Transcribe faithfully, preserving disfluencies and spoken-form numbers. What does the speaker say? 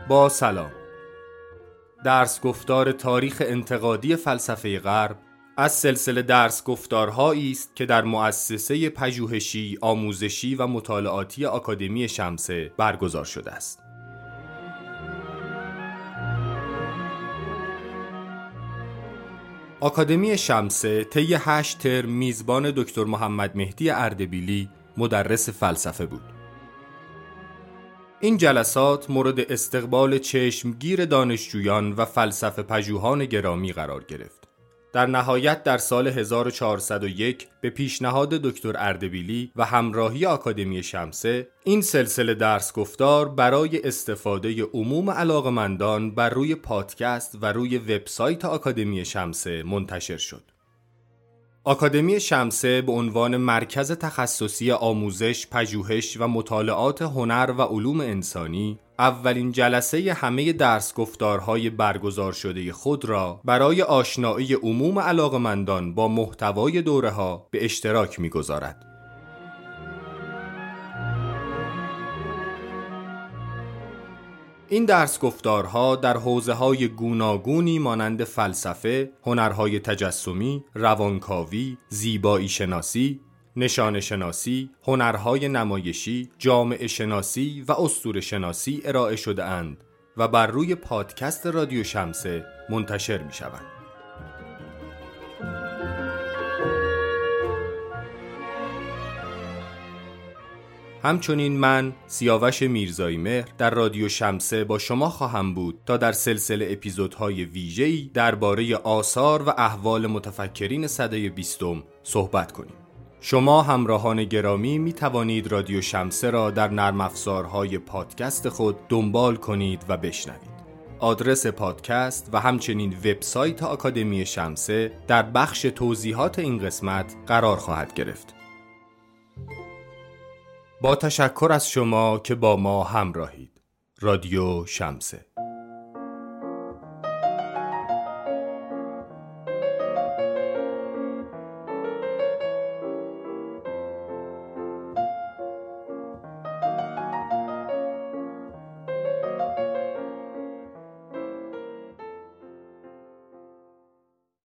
با سلام. درس گفتار تاریخ انتقادی فلسفه غرب از سلسله درس گفتارهایی است که در مؤسسه پژوهشی، آموزشی و مطالعاتی آکادمی شمسه برگزار شده است. آکادمی شمسه طی هشت ترم میزبان دکتر محمد مهدی اردبیلی مدرس فلسفه بود. این جلسات مورد استقبال چشمگیر دانشجویان و فلسفه پژوهان گرامی قرار گرفت. در نهایت در سال هزار و چهارصد و یک به پیشنهاد دکتر اردبیلی و همراهی آکادمی شمسه این سلسله درس گفتار برای استفاده عموم علاقمندان بر روی پادکست و روی وبسایت آکادمی شمسه منتشر شد. آکادمی شمسه به عنوان مرکز تخصصی آموزش، پژوهش و مطالعات هنر و علوم انسانی اولین جلسه همه درس گفتارهای برگزار شده خود را برای آشنایی عموم علاقمندان با محتوای دوره‌ها به اشتراک می‌گذارد. این درس گفتارها در حوزه‌های گوناگونی مانند فلسفه، هنرهای تجسمی، روانکاوی، زیبایی شناسی، نشان شناسی، هنرهای نمایشی، جامعه شناسی و اسطوره شناسی ارائه شده اند و بر روی پادکست رادیو شمسه منتشر می‌شوند. همچنین من سیاوش میرزایی مهر در رادیو شمسه با شما خواهم بود تا در سلسله اپیزودهای ویژه‌ای درباره آثار و احوال متفکرین سده بیستم صحبت کنیم. شما همراهان گرامی می توانید رادیو شمسه را در نرم افزارهای پادکست خود دنبال کنید و بشنوید. آدرس پادکست و همچنین وبسایت آکادمی شمسه در بخش توضیحات این قسمت قرار خواهد گرفت. با تشکر از شما که با ما همراهید. رادیو شمسه.